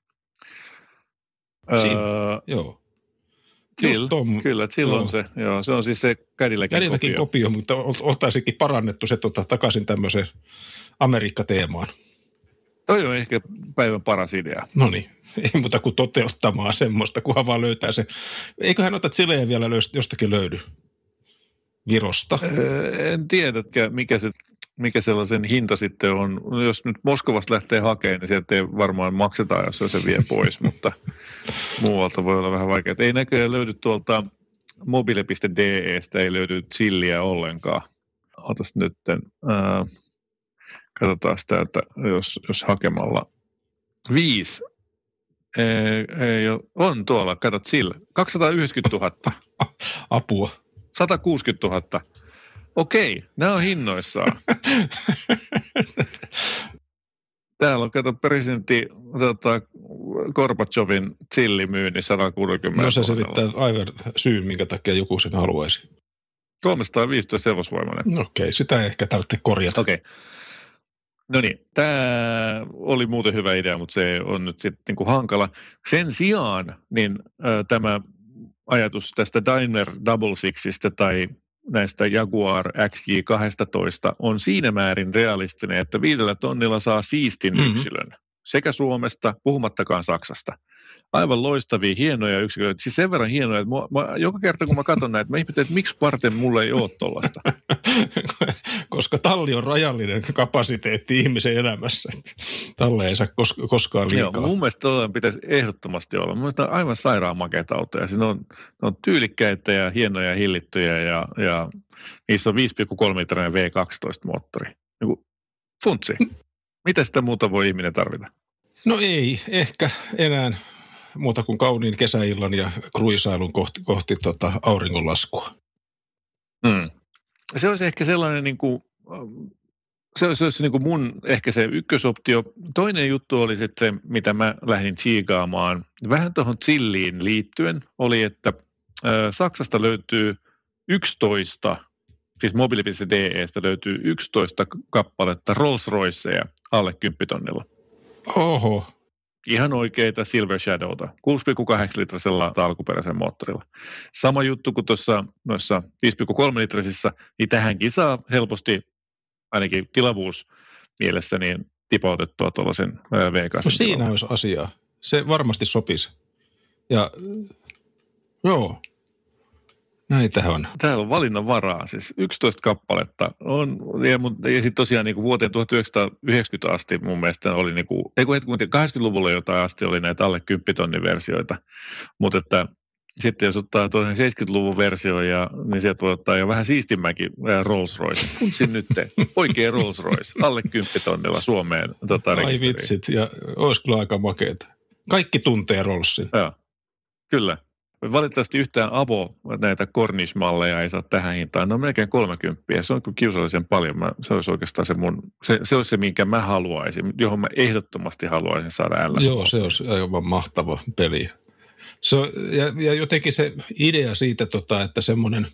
Chill, öö, joo. Chill, kyllä, chill on se. Joo, se on siis se Cadillacin kopio. Cadillacin kopio, mutta oltaisikin parannettu se tota, takaisin tämmöiseen Amerikka-teemaan. Toi on ehkä päivän paras idea. No niin, ei muuta kuin toteuttamaan semmoista, kunhan vaan löytää se. Eiköhän noita chilejä vielä jostakin löydy Virosta? En tiedä, mikä, se, mikä sellaisen hinta sitten on. Jos nyt Moskovasta lähtee hakemaan, niin sieltä ei varmaan makseta, jos se vie pois, mutta muualta voi olla vähän vaikeaa. Ei näköjään löydy tuolta mobile piste d e:stä, ei löydy chilliä ollenkaan. Otas nyt, ää, katsotaan sitä, että jos, jos hakemalla viisi. Ei, ei ole. On tuolla, kato chill, kaksisataayhdeksänkymmentätuhatta. Apua. sata kuusikymmentätuhatta. Okei, nämä on hinnoissaan. Täällä on, kato, presidentti tota, Gorbachevin chilli myynni sata kuusikymmentä. No se selittää aivan syyn, minkä takia joku sen haluaisi. kolmesataaviisitoista hevosvoimainen. Okei, sitä ei ehkä tarvitse korjata. Okei. No niin, tämä oli muuten hyvä idea, mutta se on nyt sitten niin kuin hankala. Sen sijaan niin äh, tämä ajatus tästä Daimler Double Sixistä tai näistä Jaguar X J kaksitoista on siinä määrin realistinen, että viidellä tonnilla saa siistin mm-hmm. yksilön. Sekä Suomesta, puhumattakaan Saksasta. Aivan loistavia, hienoja yksiköitä. Siis sen verran hienoja, että mä, mä, joka kerta kun mä katson näitä, mä ihmettelen, että miksi varten mulla ei ole tollaista. Koska talli on rajallinen kapasiteetti ihmisen elämässä. Talle ei saa kos- koskaan liikaa. Joo, mun mielestä tollainen pitäisi ehdottomasti olla. Mun mielestä on aivan sairaan makeita autoja. Siinä on, ne on tyylikkäitä ja hienoja ja hillittyjä ja, ja niissä on viisi pilkku kolme litrainen V kaksitoista moottori. Niin funtsi. Mitä sitä muuta voi ihminen tarvita? No ei, ehkä enää muuta kuin kauniin kesäillan ja kruisailun kohti, kohti tota auringonlaskua. Hmm. Se olisi ehkä sellainen, niin kuin, se olisi, se olisi niin kuin mun ehkä se ykkösoptio. Toinen juttu oli sitten se, mitä mä lähdin tsiikaamaan. Vähän tuohon chilliin liittyen oli, että äh, Saksasta löytyy yksitoista, siis mobile piste d e:stä löytyy yksitoista kappaletta Rolls-Royceja alle kymmenen tonnilla. Oho. Ihan oikeita Silver Shadowta, kuusi pilkku kahdeksan litrasella alkuperäisen moottorilla. Sama juttu kuin tuossa noissa viisi pilkku kolme litrasissa, niin tähänkin saa helposti, ainakin tilavuus mielessä, niin tipautettua tuollaisen V kahdeksan. No siinä olisi asiaa. Se varmasti sopisi. Ja joo. Näitähän on. Täällä on valinnan varaa, siis yksitoista kappaletta on, ja, ja sitten tosiaan niin kuin vuoteen tuhatyhdeksänsataayhdeksänkymmentä asti mun mielestä oli, niin kuin, ei kun kahdeksankymmentäluvulla jotain asti oli näitä alle kymmenen tonnin versioita, mutta että sitten jos ottaa tuohon seitsemänkymmentäluvun versioon, ja, niin sieltä voi ottaa jo vähän siistimmäkin Rolls-Royce. Funtsin nyt oikea Rolls-Royce, alle kymmenen tonnilla Suomeen tota, ai rekisteriin. vitsit, ja olisi kyllä aika makeeta. Kaikki tuntee Rollsin. Joo, kyllä. Valitettavasti yhtään avo näitä Cornish-malleja ei saa tähän hintaan. Ne on melkein kolmekymppiä. Se on kyllä kiusallisen paljon. Mä, se olisi oikeastaan se mun, se, se olisi se, minkä mä haluaisin, johon mä ehdottomasti haluaisin saada L S. Joo, se olisi aivan mahtava peli. Se, ja, ja jotenkin se idea siitä, tota, että semmoinen,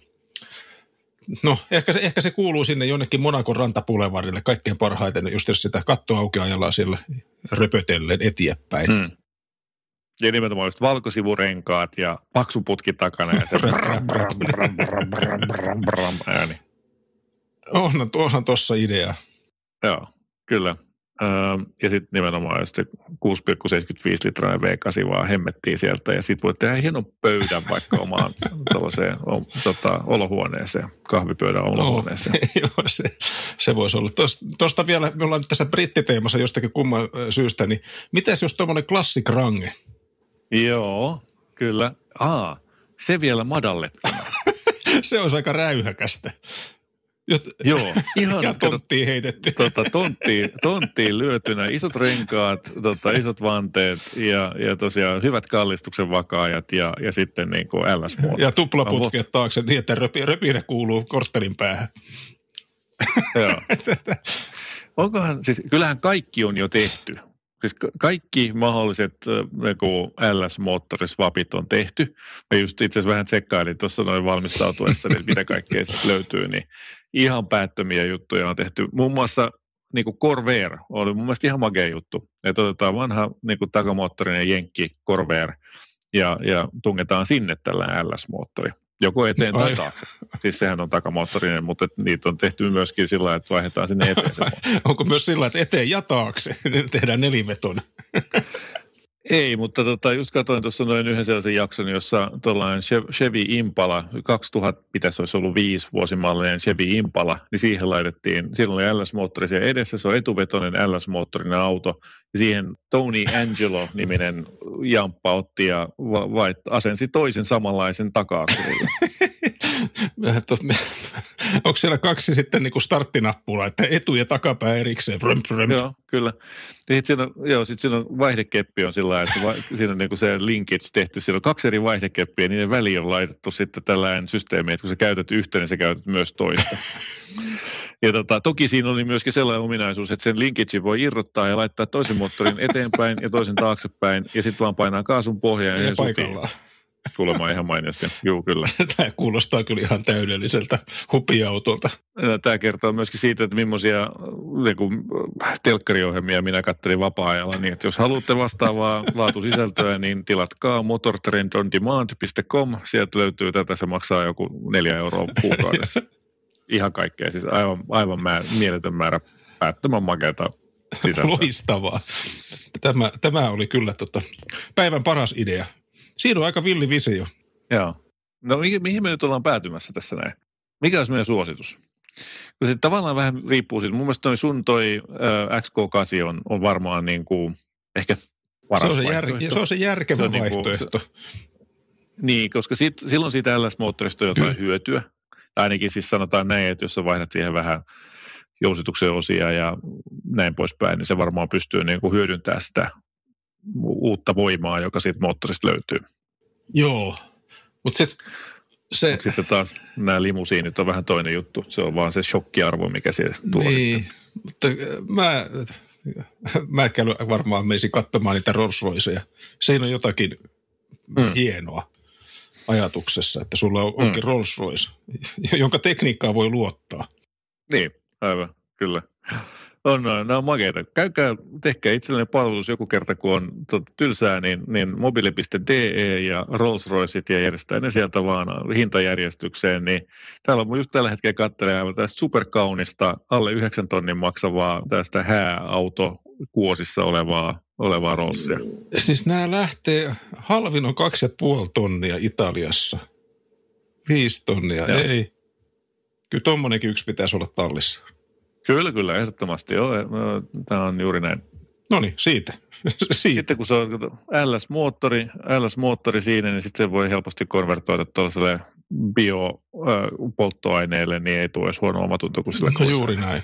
no ehkä se, ehkä se kuuluu sinne jonnekin Monacon rantapulevarille kaikkein parhaiten, just jos sitä kattoa auki ajellaan siellä röpötellen eteenpäin. Hmm. Ja nimenomaan just valkosivurenkaat ja paksu putki takana ja se bram, bram, bram, bram, bram, bram, bram, ääni. Onhan, onhan tossa idea. Joo, kyllä. ja sitten nimenomaan just se kuusi pilkku seitsemänkymmentäviisi litrainen V kahdeksan vaan hemmettiin sieltä ja sitten voit tehdä hienon pöydän vaikka omaan tuollaiseen tota, olohuoneeseen, kahvipöydän olohuoneeseen. No, joo, se, se voisi olla. Tuosta vielä, me ollaan nyt tässä brittiteemassa jostakin kumman syystä, niin mitäs jos tuommoinen Classic Range? Joo, kyllä. Aa, se vielä madallettuna. Se olisi aika räyhäkästä. Jot, Joo, ihan ja tonttiin heitetty. Tota, tonttiin, tonttiin lyötynä, isot renkaat, tota, isot vanteet ja, ja tosiaan hyvät kallistuksen vakaajat ja, ja sitten niin kuin L S-moottori. Ja tuplaputket taakse niin, että röpi, röpinä kuuluu korttelin päähän. Joo. Onkohan, siis kyllähän kaikki on jo tehty. Siis kaikki mahdolliset niin L S-moottoriswapit on tehty. Mä just itse asiassa vähän tsekkailin tuossa noin valmistautuessa, että mitä kaikkea sitten löytyy, niin ihan päättömiä juttuja on tehty. Muun muassa niin kuin Corvair oli mun mielestä ihan makea juttu, että otetaan vanha niin kuin takamoottorinen jenkki Corvair ja, ja tungetaan sinne tällainen L S-moottori. Joko eteen tai taakse. Siis sehän on takamoottorinen, mutta niitä on tehty myöskin sillä lailla, että vaihdetaan sinne eteen se moottori. Onko myös sillä että eteen ja taakse? Tehdään nelivetona. Ei, mutta tota, just katsoin tuossa noin yhden sellaisen jakson, jossa tuollainen Chevy Impala, kaksituhatta, mitä se olisi ollut viisi vuosimallinen Chevy Impala, niin siihen laitettiin, siinä oli L S-moottori siellä edessä, se on etuvetoinen L S-moottorinen auto, ja siihen Tony Angelo-niminen jamppa otti ja va- va- asensi toisen samanlaisen taka-akselille. Onko siellä kaksi sitten niin kuin starttinappulaa, että etu- ja takapää erikseen? Vröm, vröm. Joo, kyllä. Sitten siinä on, joo, sit siinä on vaihdekeppi on sillä lailla, että va, siinä on niin kuin se linkage tehty. Siinä on kaksi eri vaihdekeppiä, ja niiden väliin on laitettu sitten tällainen systeemi, että kun sä käytät yhtä, niin sä käytät myös toista. Ja tota, toki siinä oli myöskin sellainen ominaisuus, että sen linkagein voi irrottaa ja laittaa toisen moottorin eteenpäin ja toisen taaksepäin, ja sitten vaan painaa kaasun pohjaan ja, ja paikallaan. Kuulemaan ihan mainiosti. Juu, kyllä. Tämä kuulostaa kyllä ihan täydelliseltä hupiautolta. Tämä kertoo myöskin siitä, että millaisia niin kuin, telkkariohjelmia minä katselin vapaa-ajalla. Niin, että jos haluatte vastaavaa laatusisältöä, niin tilatkaa motortrendondemand piste com. Sieltä löytyy tätä, se maksaa joku neljä euroa kuukaudessa. Ihan kaikkea, siis aivan, aivan määrä, mieletön määrä päättömän makeata sisältöä. Loistavaa. Tämä, tämä oli kyllä tota, päivän paras idea. Siinä on aika villi visio. Joo. No mihin, mihin me nyt ollaan päätymässä tässä näin? Mikä olisi meidän suositus? Kun se tavallaan vähän riippuu siitä. Mun mielestä toi sun toi äh, X K kahdeksan on, on varmaan niin kuin ehkä paras se on se vaihtoehto. Jär, se on se järkevä se on vaihtoehto. Niin, kuin, se, niin koska sit, silloin siitä L S-moottorista on jotain hyötyä. Ainakin siis sanotaan näin, että jos sä vaihdat siihen vähän jousituksen osia ja näin poispäin, niin se varmaan pystyy niin kuin hyödyntämään sitä uutta voimaa, joka siitä moottorista löytyy. Joo, mutta sit, se... Mut sitten taas nämä limusiinit on vähän toinen juttu. Se on vaan se shokkiarvo, mikä siellä tuo niin, sitten. Mutta mä, mä varmaan menisin katsomaan niitä Rolls-Royceja. Siinä on jotakin mm. hienoa ajatuksessa, että sulla on, onkin mm. Rolls-Royce, jonka tekniikkaa voi luottaa. Niin, aivan, kyllä. On, on, nämä on makeita. Käykää, tehkää itsellinen palvelus joku kerta, kun on tot, tylsää, niin, niin mobile piste d e ja Rolls-Royceit ja järjestää ne sieltä vaan hintajärjestykseen. Niin täällä on just tällä hetkellä katselemaan tästä superkaunista, alle yhdeksän tonnin maksavaa tästä hääauto kuosissa olevaa, olevaa Rollsia. Siis nämä lähtee, halvin on kaksi ja puoli tonnia Italiassa. Viisi tonnia, Joo. ei. Kyllä tommonenkin yksi pitäisi olla tallissa. Kyllä, kyllä, ehdottomasti. Joo. Tämä on juuri näin. No niin, siitä. siitä. Sitten kun se on L S-moottori, L S-moottori siinä, niin sitten se voi helposti konvertoida tuollaiselle biopolttoaineelle, niin ei tule edes huono omatunto kuin sillä. No juuri näin.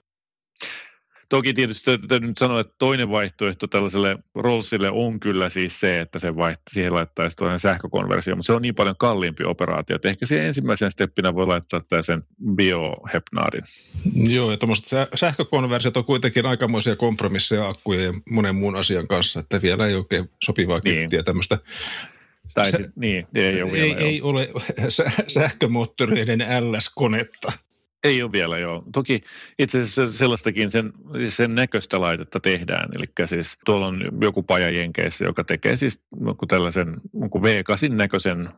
Toki tietysti täytyy nyt sanoa, että toinen vaihtoehto tällaiselle Rollsille on kyllä siis se, että se vaiht- siihen laittaisi tuohon sähkökonversio, mutta se on niin paljon kalliimpi operaatio, että ehkä siihen ensimmäisen steppinä voi laittaa sen biohepnaadin. Joo, ja tuommoiset sähkökonversiot on kuitenkin aikamoisia kompromisseja akkuja ja monen muun asian kanssa, että vielä ei oikein sopivaa kittiä niin. tämmöistä. Tai Sä, sit, niin, ei ole ei, vielä. Ei jo. ole sä, sähkömoottoreiden L S-konetta. Ei ole vielä, joo. Toki itse asiassa sellaistakin sen, sen näköistä laitetta tehdään. Eli siis tuolla on joku paja Jenkeissä, joka tekee siis tällaisen V kahdeksan näköisen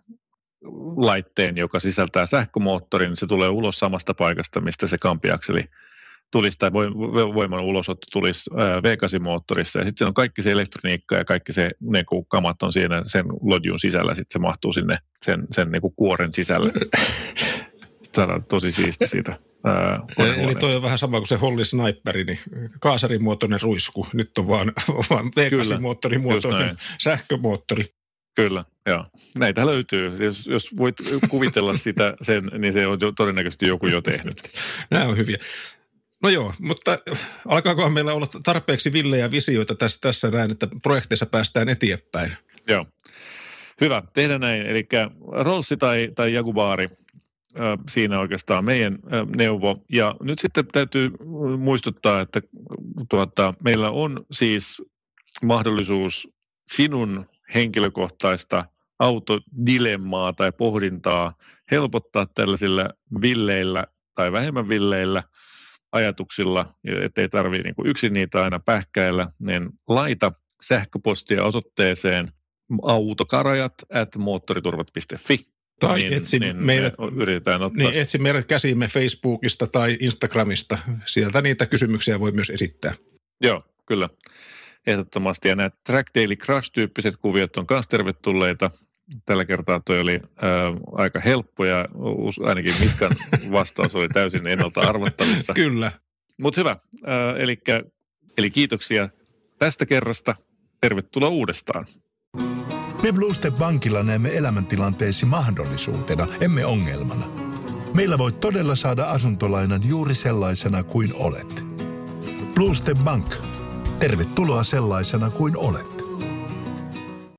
laitteen, joka sisältää sähkömoottorin. Se tulee ulos samasta paikasta, mistä se kampiakseli tulisi tai voiman ulosotto tulisi V kahdeksan moottorissa ja sitten siellä on kaikki se elektroniikka ja kaikki se ne kamat on siinä sen lodjun sisällä, sitten se mahtuu sinne sen, sen niin kuin kuoren sisälle. Saadaan tosi siisti siitä. Ää, Eli toi on vähän sama kuin se Holly Sniperi, niin kaasarimuotoinen ruisku. Nyt on vaan, vaan V kahdeksan moottorimuotoinen sähkömoottori. Kyllä, joo. Näitä löytyy. Jos, jos voit kuvitella sitä, sen, niin se on jo, todennäköisesti joku jo tehnyt. Nämä on hyviä. No joo, mutta alkaakohan meillä olla tarpeeksi villejä visioita tässä, tässä näin, että projekteissa päästään eteenpäin? Joo. Hyvä, tehdään näin. Eli Rolls tai, tai Jaguari, siinä oikeastaan meidän neuvo. Ja nyt sitten täytyy muistuttaa, että tuota, meillä on siis mahdollisuus sinun henkilökohtaista autodilemmaa tai pohdintaa helpottaa tällaisilla villeillä tai vähemmän villeillä ajatuksilla, ettei tarvitse niin kuin yksin niitä aina pähkäillä, niin laita sähköpostia osoitteeseen autokarajat at moottoriturvat piste fi. Tai niin, etsi, niin meidät, me yritetään ottaa. Niin, etsi meidät käsimme Facebookista tai Instagramista. Sieltä niitä kysymyksiä voi myös esittää. Joo, kyllä. Ehdottomasti. Ja nämä Track Daily Crush-tyyppiset kuviot on myös tervetulleita. Tällä kertaa toi oli ää, aika helppo ja ainakin Miskan vastaus oli täysin ennalta arvattavissa. Kyllä. Mutta hyvä. Ää, elikkä, eli kiitoksia tästä kerrasta. Tervetuloa uudestaan. Me Bluestep Bankilla näemme elämäntilanteesi mahdollisuutena, emme ongelmana. Meillä voit todella saada asuntolainan juuri sellaisena kuin olet. Bluestep Bank. Tervetuloa sellaisena kuin olet.